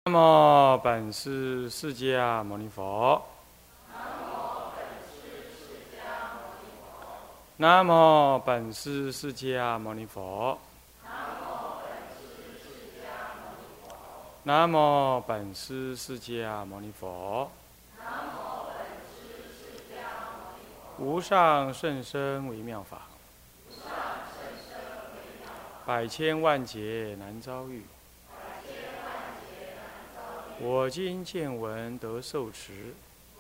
南无本师释迦牟尼佛。南无本师释迦牟尼佛。南无本师释迦牟尼佛。无上甚深微妙法，百千万劫难遭遇。我今见闻得受持，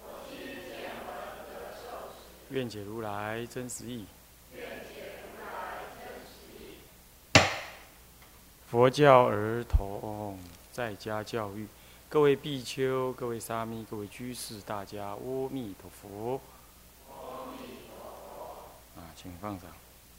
愿解如来真实义。佛教儿童在家教育，各位比丘、各位沙弥、各位居士，大家阿弥陀佛。请放上。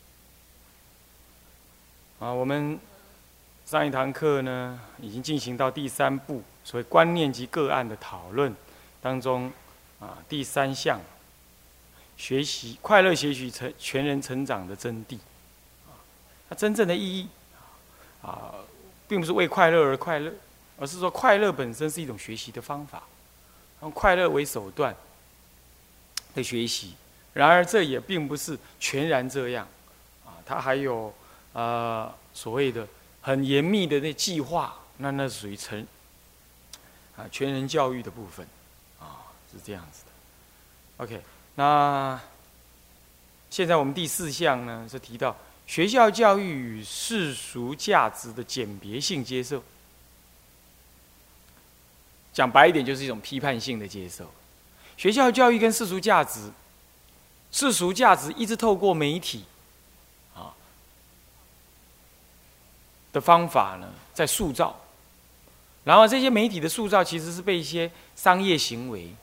我们上一堂课呢，已经进行到第3部，所谓观念及个案的讨论当中，第3项，学习快乐学习全人成长的真谛。它真正的意义并不是为快乐而快乐，而是说快乐本身是一种学习的方法，用快乐为手段的学习。然而这也并不是全然这样，它还有所谓的很严密的那计划，那属于全人教育的部分，是这样子的。OK， 那现在我们第4项呢，是提到学校教育与世俗价值的简别性接受。讲白一点，就是一种批判性的接受。学校教育跟世俗价值一直透过媒体的方法呢，在塑造。然后这些媒体的塑造，其实是被一些商业行为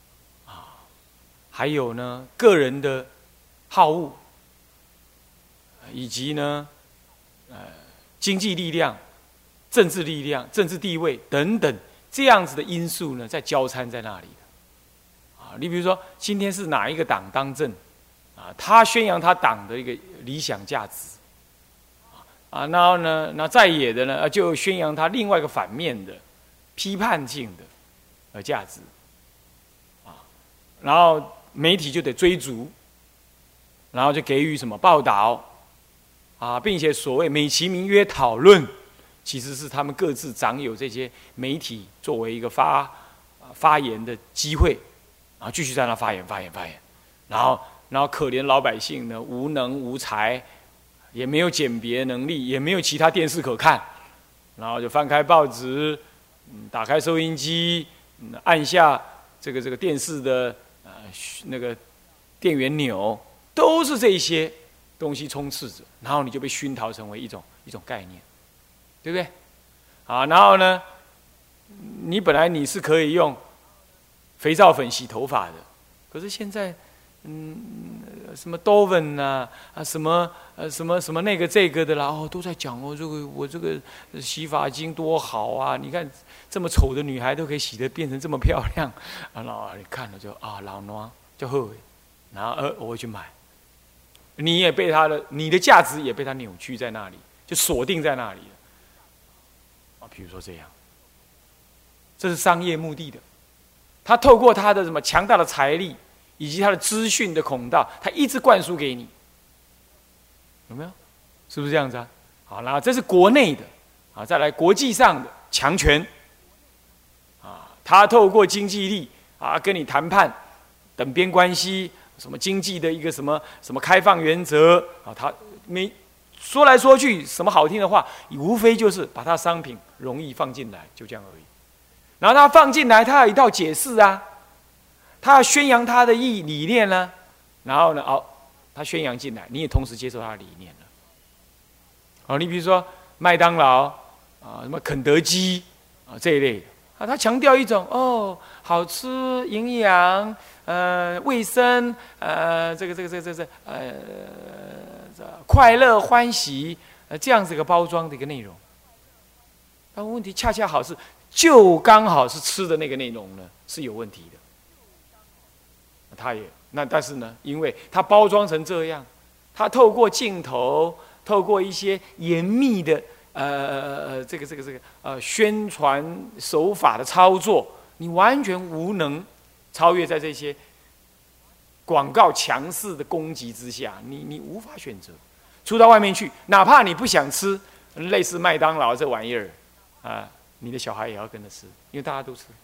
还有呢个人的好恶，以及呢经济力量、政治力量、政治地位等等这样子的因素呢，在交参在那里的。你比如说，今天是哪一个党当政他宣扬他党的一个理想价值然后呢，那在野的呢，就宣扬他另外一个反面的批判性的价值然后媒体就得追逐，然后就给予什么报道并且所谓美其名曰讨论，其实是他们各自掌有这些媒体作为一个发言的机会，然后继续在那发言，然后可怜老百姓呢，无能无才，也没有鉴别能力，也没有其他电视可看，然后就翻开报纸，打开收音机，按下这个电视的那个电源钮，都是这些东西充斥着，然后你就被熏陶成为一种概念，对不对？然后呢，你本来你是可以用肥皂粉洗头发的，可是现在什么 Dove 什么那个这个的啦，都在讲我这个洗发精多好啊！你看这么丑的女孩都可以洗得变成这么漂亮，然后你看了就老暖就后悔，然后我会去买，你也被你的价值也被他扭曲在那里，就锁定在那里了比如说这样，这是商业目的的，他透过他的什么强大的财力。以及他的资讯的孔道，他一直灌输给你，有没有？是不是这样子好，然后这是国内的再来国际上的强权他透过经济力跟你谈判等边关系，什么经济的一个什么开放原则他没说来说去什么好听的话，无非就是把他商品容易放进来，就这样而已。然后他放进来，他有一套解释他要宣扬他的理念呢，然后呢，他宣扬进来，你也同时接受他的理念了。你比如说麦当劳什么肯德基这一类的他强调一种好吃、营养、卫生快乐、欢喜这样子一个包装的一个内容。但问题恰恰好是，就刚好是吃的那个内容呢是有问题的。但是呢，因为它包装成这样，它透过镜头，透过一些严密的宣传手法的操作，你完全无能超越在这些广告强势的攻击之下，你无法选择。出到外面去，哪怕你不想吃，类似麦当劳这玩意儿，你的小孩也要跟着吃，因为大家都吃。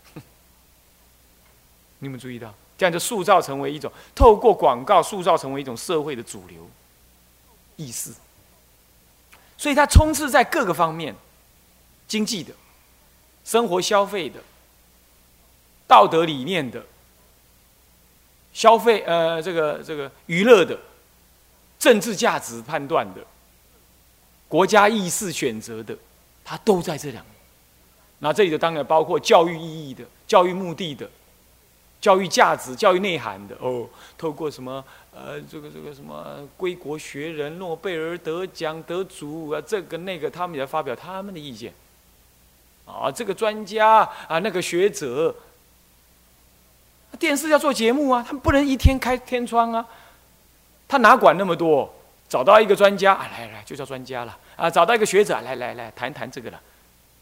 你有没有注意到？这样就塑造成为一种透过广告塑造成为一种社会的主流意识，所以它充斥在各个方面：经济的、生活消费的、道德理念的、消费这个娱乐的、政治价值判断的、国家意识选择的，它都在这两个。那这里头当然包括教育意义的、教育目的的、教育价值、教育内涵的透过什么这个什么归国学人、诺贝尔得奖得主这个那个，他们也发表他们的意见这个专家那个学者，电视要做节目他们不能一天开天窗他哪管那么多？找到一个专家来就叫专家了找到一个学者来谈这个了，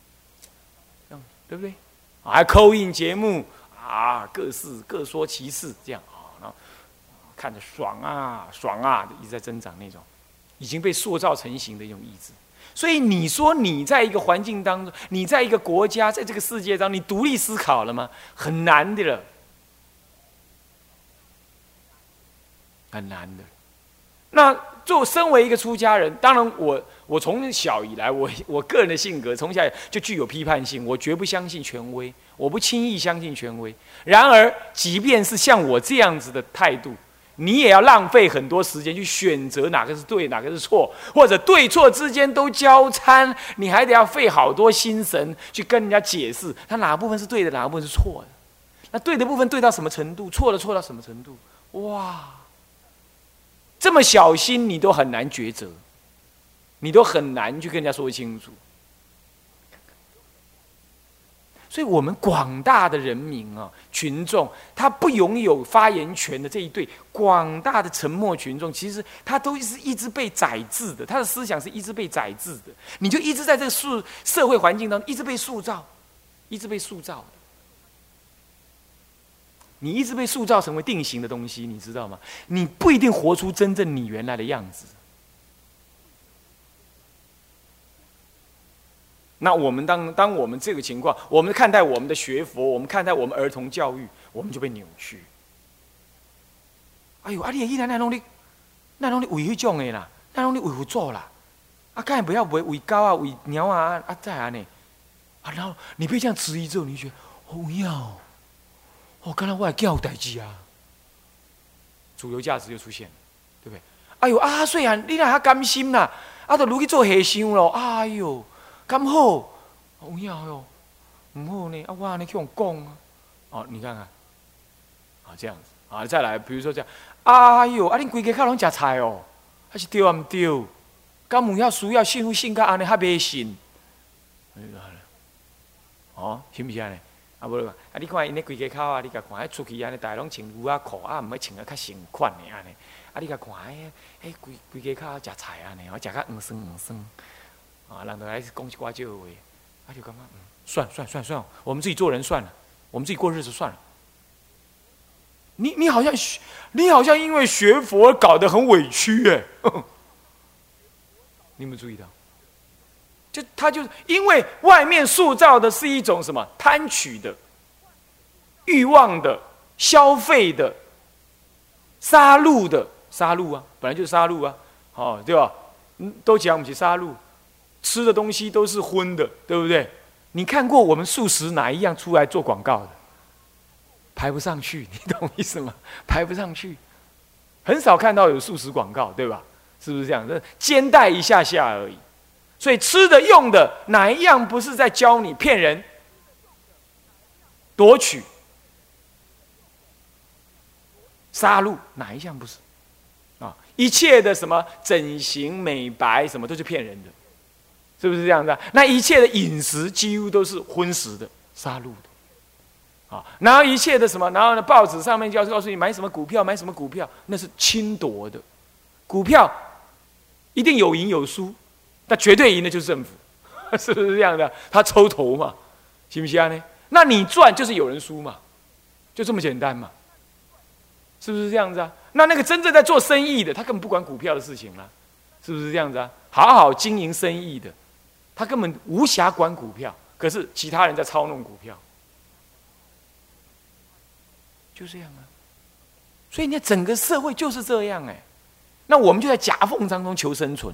对不对？还call in节目各说其事，这样然后看着爽一直在增长那种，已经被塑造成型的一种意志。所以你说你在一个环境当中，你在一个国家，在这个世界当中，你独立思考了吗？很难的了，很难的。那身为一个出家人，当然我从小以来，我个人的性格从小就具有批判性，我绝不相信权威，我不轻易相信权威。然而，即便是像我这样子的态度，你也要浪费很多时间去选择哪个是对，哪个是错，或者对错之间都交参，你还得要费好多心神去跟人家解释，它哪部分是对的，哪部分是错的。那对的部分对到什么程度，错的错到什么程度？哇！这么小心，你都很难抉择，你都很难去跟人家说清楚。所以，我们广大的人民群众，他不拥有发言权的这一对广大的沉默群众，其实他都是一直被宰制的，他的思想是一直被宰制的。你就一直在这个社会环境当中，一直被塑造，一直被塑造的。你一直被塑造成为定型的东西，你知道吗？你不一定活出真正你原来的样子。那我们当我们这个情况，我们看待我们的学佛，我们看待我们儿童教育，我们就被扭曲。哎呦，你依然那拢你为迄种的啦，那拢你为佛祖啦，干不要为狗为鸟再安呢？然后你被这样质疑之后，你就觉得哦要。刚才我还叫代志主流价值就出现了，对不对？哎呦虽然你哪还甘心啦，都如去做和尚咯，哎呦，咁好，有影哟，唔好呢，我安尼去用讲你看看，这样子再来，比如说这样，哎呦，恁规家靠拢食菜还是对唔对？敢有要需要信到安尼还袂信？是不是安尼？无你看因咧规家口你甲看，出去安尼，大家拢穿牛仔裤毋要穿较成款的安尼。你甲看，规家口食菜安尼，我食较黄酸。人就来讲一寡这话，就感觉算了，我们自己做人算了，我们自己过日子算了。你好像因为学佛搞得很委屈你有没有注意到？他就是因为外面塑造的是一种什么贪取的、欲望的、消费的、杀戮的本来就是杀戮对吧？都讲我们是杀戮，吃的东西都是荤的，对不对？你看过我们素食哪一样出来做广告的？排不上去，你懂意思吗？排不上去，很少看到有素食广告，对吧？是不是这样？兼带一下下而已。所以吃的用的哪一样不是在教你骗人、夺取、杀戮？哪一项不是？一切的什么整形、美白什么都是骗人的，是不是这样的？那一切的饮食几乎都是荤食的、杀戮的。然后一切的什么，然后呢，报纸上面就要告诉你买什么股票，买什么股票，那是侵夺的。股票一定有赢有输。那绝对赢的就是政府， 是不是这样的？他抽头嘛，行不行呢？那你赚就是有人输嘛，就这么简单嘛，是不是这样子啊？那个真正在做生意的，他根本不管股票的事情了，是不是这样子啊？好好经营生意的，他根本无暇管股票，可是其他人在操弄股票，就这样啊。所以你看整个社会就是这样哎，那我们就在夹缝当中求生存。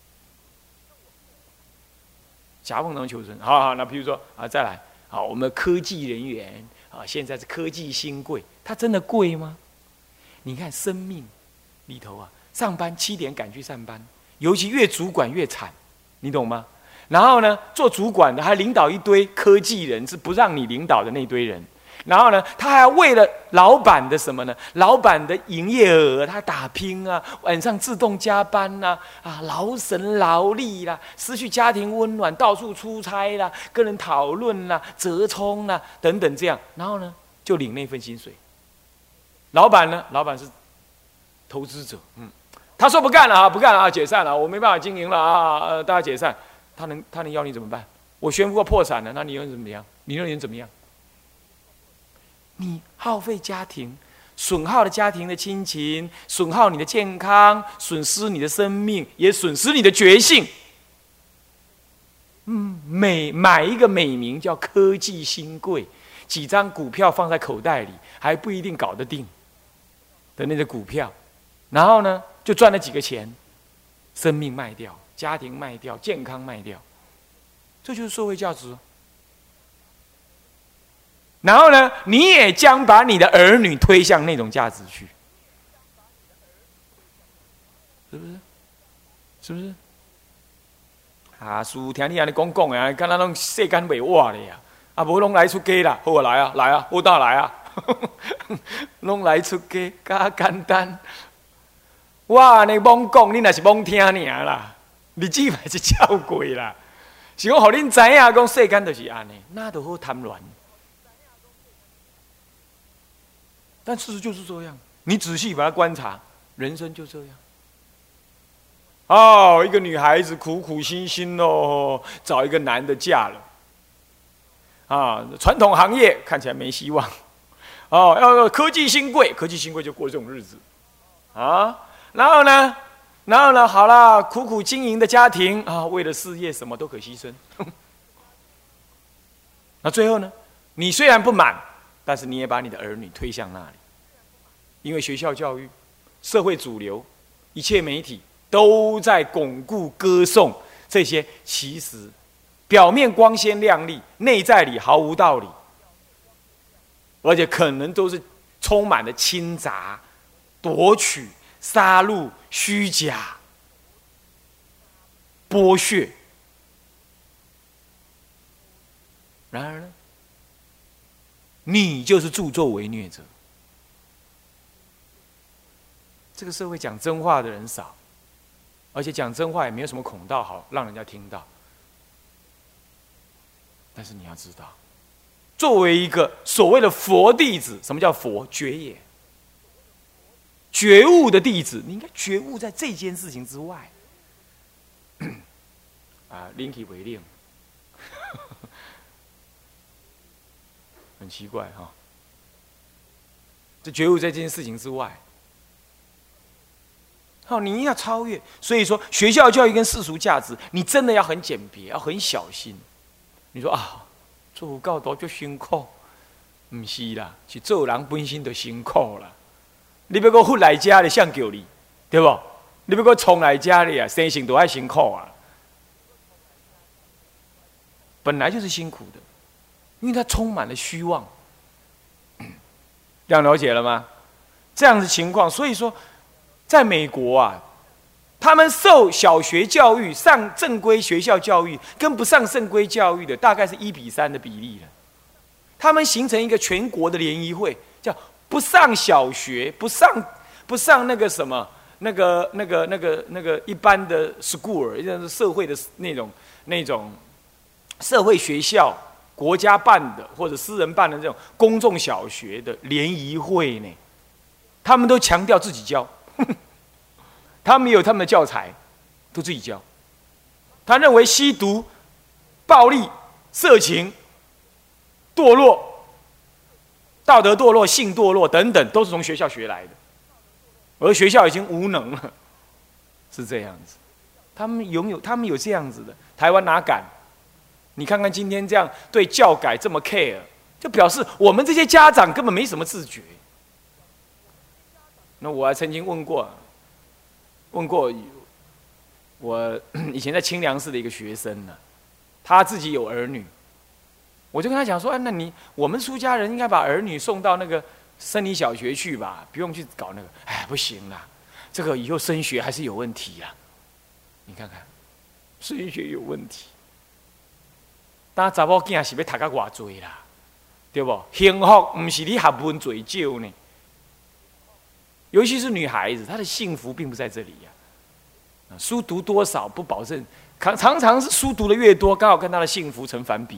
夹缝当中求生，好，那比如说啊，再来，好，我们科技人员啊，现在是科技新贵，它真的贵吗？你看生命里头啊，上班7点赶去上班，尤其越主管越惨，你懂吗？然后呢，做主管的还领导一堆科技人，是不让你领导的那堆人。然后呢，他还要为了老板的什么呢？老板的营业额，他打拼啊，晚上自动加班呐，劳神劳力啦，失去家庭温暖，到处出差啦，跟人讨论啦，折冲啦，等等这样。然后呢，就领那份薪水。老板呢？老板是投资者，他说不干了啊，不干了啊，解散了，我没办法经营了啊，大家解散。他能要你怎么办？我宣布破产了，那你又怎么样？你又能怎么样？你耗费家庭，损耗了家庭的亲情，损耗你的健康，损失你的生命，也损失你的觉性。买一个美名叫科技新贵，几张股票放在口袋里，还不一定搞得定的那个股票，然后呢，就赚了几个钱，生命卖掉，家庭卖掉，健康卖掉，这就是社会价值。然后呢，你也将把你的儿女推向那种价值去，是不是？是不是？啊，师父听你安尼讲的啊，敢若拢世间袂活咧呀！啊，无拢来出家啦，好啊，来啊，来啊，好大来啊，拢来出家，加简单。我安尼罔讲，你若是罔听尔啦，日子嘛是照过啦。是讲，互恁知影，讲世间就是安尼，那都好贪婪。但事实就是这样，你仔细把它观察，人生就这样。哦，一个女孩子苦苦心心哦，找一个男的嫁了。啊，传统行业看起来没希望。哦，要科技新贵，科技新贵就过这种日子。啊，然后呢，好啦，苦苦经营的家庭啊，为了事业什么都可牺牲。那最后呢，你虽然不满。但是你也把你的儿女推向那里，因为学校教育、社会主流、一切媒体都在巩固歌颂这些其实表面光鲜亮丽，内在里毫无道理，而且可能都是充满了侵杂、夺取、杀戮、虚假、剥削。然而呢？你就是助纣为虐者。这个社会讲真话的人少，而且讲真话也没有什么孔道好让人家听到。但是你要知道，作为一个所谓的佛弟子，什么叫佛？觉也，觉悟的弟子，你应该觉悟在这件事情之外。拎起为令。很奇怪哈，这觉悟在这件事情之外，好，你要超越。所以说，学校教育跟世俗价值，你真的要很鉴别，要很小心。你说啊，做教导就辛苦，不是啦，是做人本身就辛苦啦。你要搁混来家的，像叫你，对不？你要搁冲来家的啊，生性都爱辛苦啊，本来就是辛苦的。因为它充满了虚妄，这样了解了吗？这样的情况，所以说，在美国啊，他们受小学教育、上正规学校教育，跟不上正规教育的，大概是1:3的比例了。他们形成一个全国的联谊会，叫不上小学、不上那个什么、那个一般的 school， 就是社会的那种社会学校。国家办的或者私人办的这种公众小学的联谊会呢，他们都强调自己教，他们有他们的教材，都自己教。他认为吸毒暴力、色情、堕落、道德堕落、性堕落等等，都是从学校学来的，而学校已经无能了，是这样子。他们有这样子的，台湾哪敢？你看看今天这样对教改这么 care， 就表示我们这些家长根本没什么自觉。那我还曾经问过我以前在清凉寺的一个学生呢，他自己有儿女，我就跟他讲说，那我们出家人应该把儿女送到那个森林小学去吧，不用去搞那个。哎，不行啦，这个以后升学还是有问题呀。你看看，升学有问题，当查某囝是要读到偌济啦，对不？幸福不是你学问最少呢，尤其是女孩子，她的幸福并不在这里呀。书读多少不保证，常常是书读的越多，刚好跟她的幸福成反比，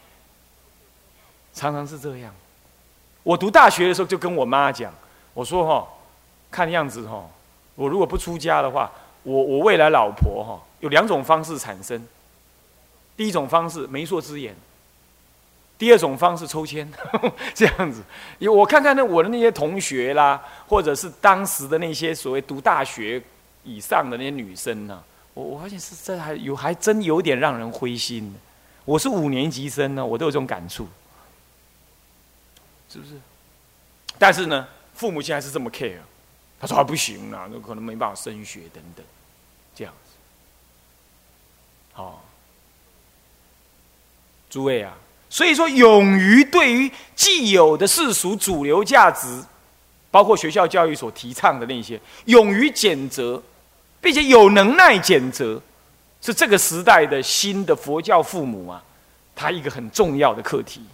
常常是这样。我读大学的时候就跟我妈讲，我说看样子我如果不出家的话，我未来老婆有2种方式产生。第一种方式媒妁之言，第二种方式抽签这样子。我看看我的那些同学啦，或者是当时的那些所谓读大学以上的那些女生呢，我发现是这还真有点让人灰心的。我是5年级生呢，我都有这种感触，是不是？但是呢，父母亲还是这么 care， 他说不行啦，那可能没办法升学等等，这样子。好。诸位啊，所以说，勇于对于既有的世俗主流价值，包括学校教育所提倡的那些，勇于检责，并且有能耐检责，是这个时代的新的佛教父母啊，他一个很重要的课题，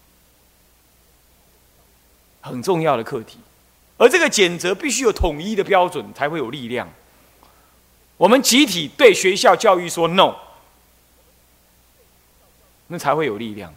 很重要的课题。而这个检责必须有统一的标准，才会有力量。我们集体对学校教育说 no。那才会有力量。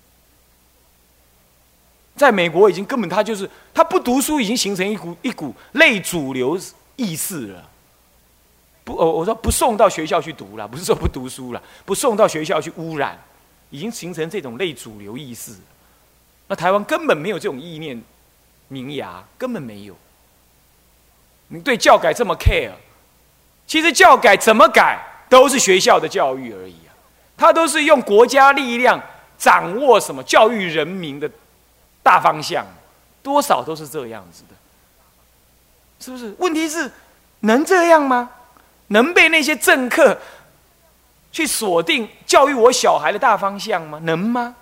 在美国已经根本他不读书已经形成一股类主流意识了。我说不送到学校去读了，不是说不读书了，不送到学校去污染，已经形成这种类主流意识。那台湾根本没有这种意念萌芽，根本没有。你对教改这么 care， 其实教改怎么改都是学校的教育而已。他都是用国家力量掌握什么教育人民的大方向，多少都是这样子的，是不是？问题是能这样吗？能被那些政客去锁定教育我小孩的大方向吗？能吗？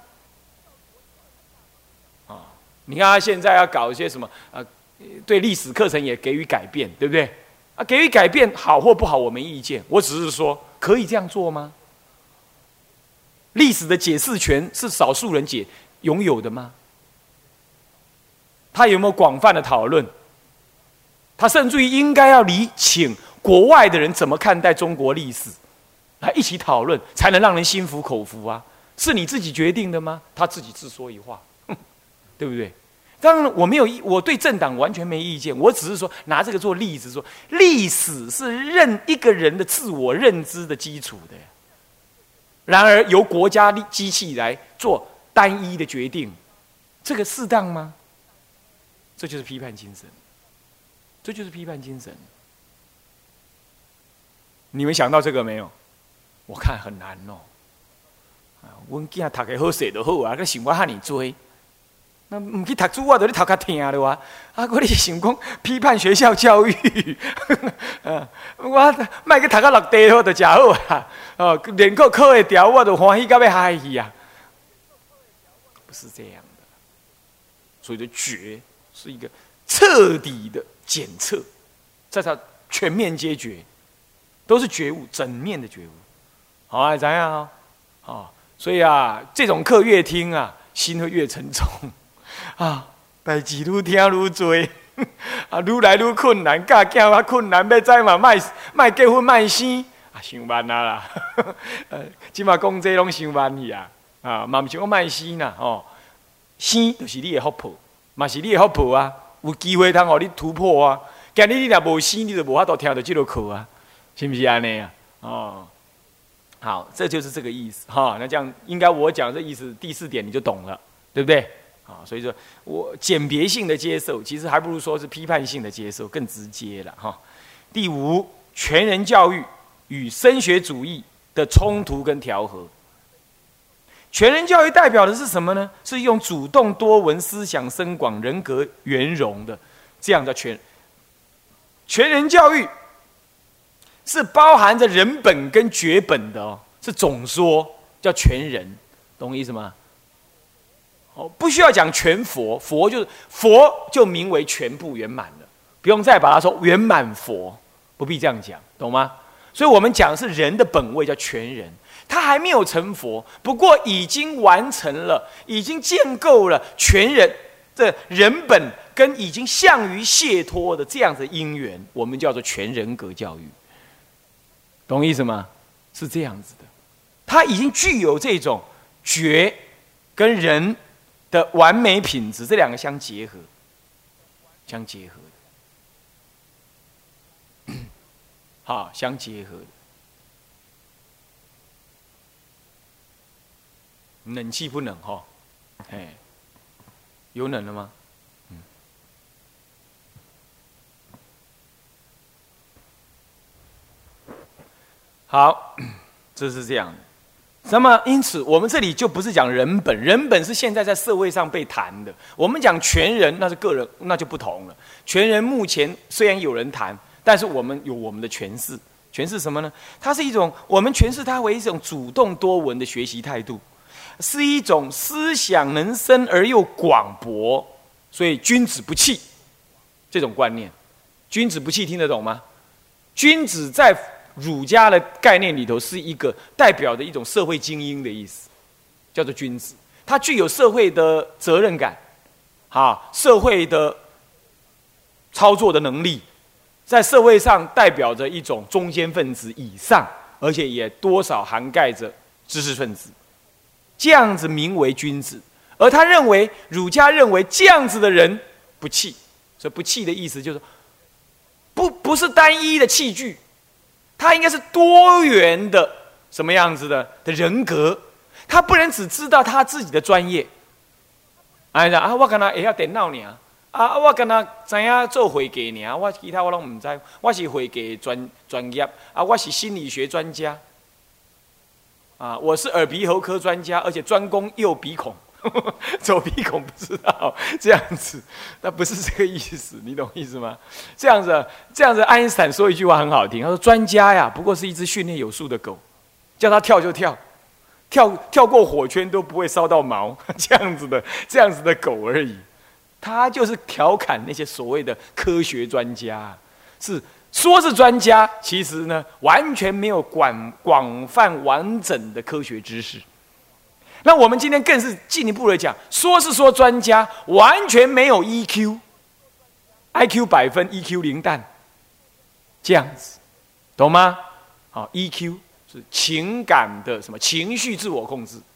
你看他现在要搞一些什么对历史课程也给予改变，对不对？给予改变好或不好我没意见，我只是说可以这样做吗？历史的解释权是少数人拥有的吗？他有没有广泛的讨论？他甚至于应该要请国外的人怎么看待中国历史，来一起讨论，才能让人心服口服啊！是你自己决定的吗？他自己自说一话，对不对？当然，我对政党完全没意见，我只是说拿这个做例子，说历史是一个人的自我认知的基础的。然而，由国家机器来做单一的决定，这个适当吗？这就是批判精神，这就是批判精神。你们想到这个没有？我看很难哦。阮囝读个好势就好啊，佮想我遐尼多，那唔去读书，我就咧头壳疼了啊！我咧想讲批判学校教育，我卖去读到6地好就食好啊！连考会调，我就欢喜到要嗨去啊！不是这样的，所以的觉是一个彻底的检测，在它全面揭决，都是觉悟，整面的觉悟。好，怎样啊？所以啊，这种课越听啊，心会越沉重。代志愈听愈多，愈来愈困难，教囝较困难，要知嘛，卖结婚卖生，伤慢啦。即马讲这拢伤慢去啊，嘛毋是讲卖生啦，生就是你的福报，嘛是你的福报啊，有机会通互你突破啊。今日你若无生，你就无法度听到这个课啊，是毋是安尼啊？ 好，这就是这个意思哈。那这样应该我讲这意思，第4点你就懂了，对不对？啊，所以说我鉴别性的接受，其实还不如说是批判性的接受更直接了哈。第5，全人教育与升学主义的冲突跟调和。全人教育代表的是什么呢？是用主动多闻、思想深广、人格圆融的这样的全人教育，是包含着人本跟觉本的哦，是总说叫全人，懂我意思吗？哦，不需要讲全佛，佛就名为全部圆满了，不用再把它说圆满佛，不必这样讲，懂吗？所以我们讲的是人的本位叫全人。他还没有成佛，不过已经完成了，已经建构了全人的人本跟已经向于解脱的这样的因缘，我们叫做全人格教育，懂意思吗？是这样子的，他已经具有这种觉跟人的完美品质，这两个相结合的，好，相结合的。冷气不冷哈？哎，有冷了吗？好，这是这样的。那么，因此我们这里就不是讲人本，人本是现在在社会上被谈的。我们讲全人，那是个人，那就不同了。全人目前虽然有人谈，但是我们有我们的诠释。诠释什么呢？它是一种我们诠释它为一种主动多闻的学习态度。是一种思想能深而又广博，所以君子不器这种观念。君子不器听得懂吗？君子在儒家的概念里头是一个代表的一种社会精英的意思，叫做君子。他具有社会的责任感，社会的操作的能力，在社会上代表着一种中间分子以上，而且也多少涵盖着知识分子。这样子名为君子，而他认为儒家认为这样子的人不器，所以不器的意思就是不是单一的器具，他应该是多元的什么样子的人格，他不能只知道他自己的专业。我跟他会晓电脑呢，我跟他知影做会计呢，我其他我拢唔知，我是会计专业，我是心理学专家。我是耳鼻喉科专家，而且专攻右鼻孔，左鼻孔不知道这样子，那不是这个意思，你懂意思吗？这样子，爱因斯坦说一句话很好听，他说：“专家呀，不过是一只训练有素的狗，叫他跳就跳，跳过火圈都不会烧到毛，这样子的狗而已。他就是调侃那些所谓的科学专家，说是专家，其实呢，完全没有广泛完整的科学知识。那我们今天更是进一步的讲，说专家，完全没有 EQ，IQ 100分，EQ 零蛋，这样子，懂吗？好 ，EQ 是情感的什么情绪自我控制，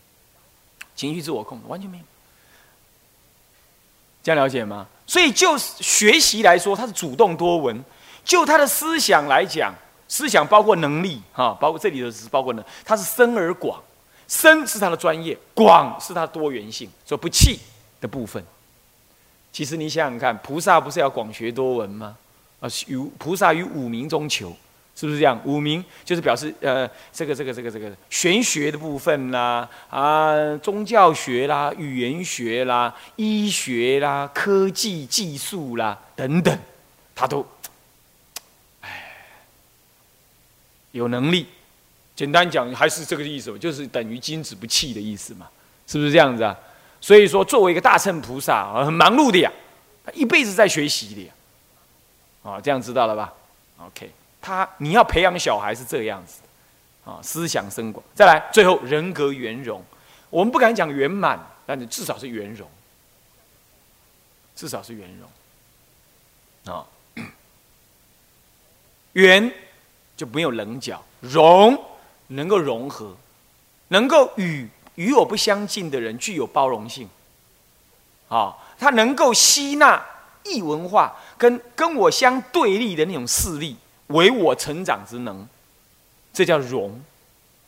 完全没有，这样了解吗？所以就学习来说，它是主动多闻。就他的思想来讲，思想包括能力，包括这里的是包括呢，它是深而广，深是他的专业，广是他的多元性，所以不器的部分。其实你想想看，菩萨不是要广学多闻吗？菩萨于五明中求，是不是这样？五明就是表示这个玄学的部分啦，宗教学啦、语言学啦、医学啦、科技技术啦等等，他都。有能力，简单讲还是这个意思，就是等于君子不器的意思嘛，是不是这样子啊？所以说，作为一个大乘菩萨很忙碌的呀，他一辈子在学习的呀，这样知道了吧 ？OK， 你要培养小孩是这个样子的，思想深广。再来，最后人格圆融，我们不敢讲圆满，但是至少是圆融，圆。就没有棱角，融能够融合，能够与我不相近的人具有包容性，他能够吸纳异文化跟我相对立的那种势力，为我成长之能，这叫融，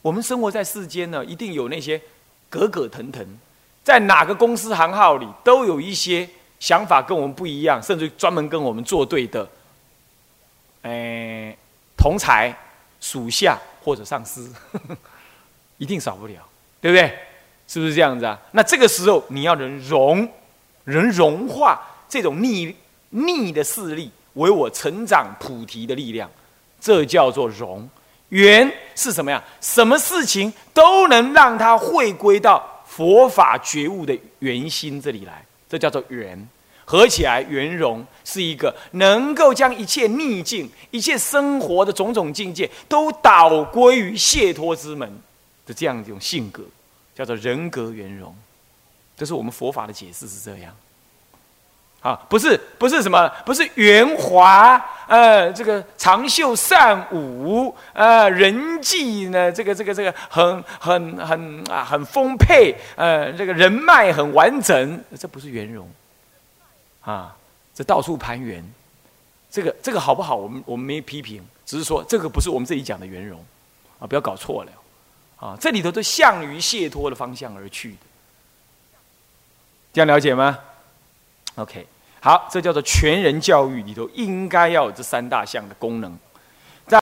我们生活在世间呢，一定有那些格格腾腾，在哪个公司行号里，都有一些想法跟我们不一样，甚至专门跟我们作对的，同才、属下或者上司，一定少不了，对不对？是不是这样子啊？那这个时候你要能融化这种逆的势力，为我成长菩提的力量，这叫做融。圆是什么呀？什么事情都能让它汇归到佛法觉悟的圆心这里来，这叫做圆。合起来，圆融是一个能够将一切逆境、一切生活的种种境界，都导归于解脱之门的这样一种性格，叫做人格圆融。这是我们佛法的解释是这样。啊，不是什么，不是圆滑，这个长袖善舞，人际呢，这个很丰沛，这个人脉很完整，这不是圆融。啊，这到处攀援，这个好不好？我们没批评，只是说这个不是我们这里讲的圆融，啊，不要搞错了，啊，这里头都向于解脱的方向而去的，这样了解吗 ？OK， 好，这叫做全人教育里头应该要有这3大项的功能。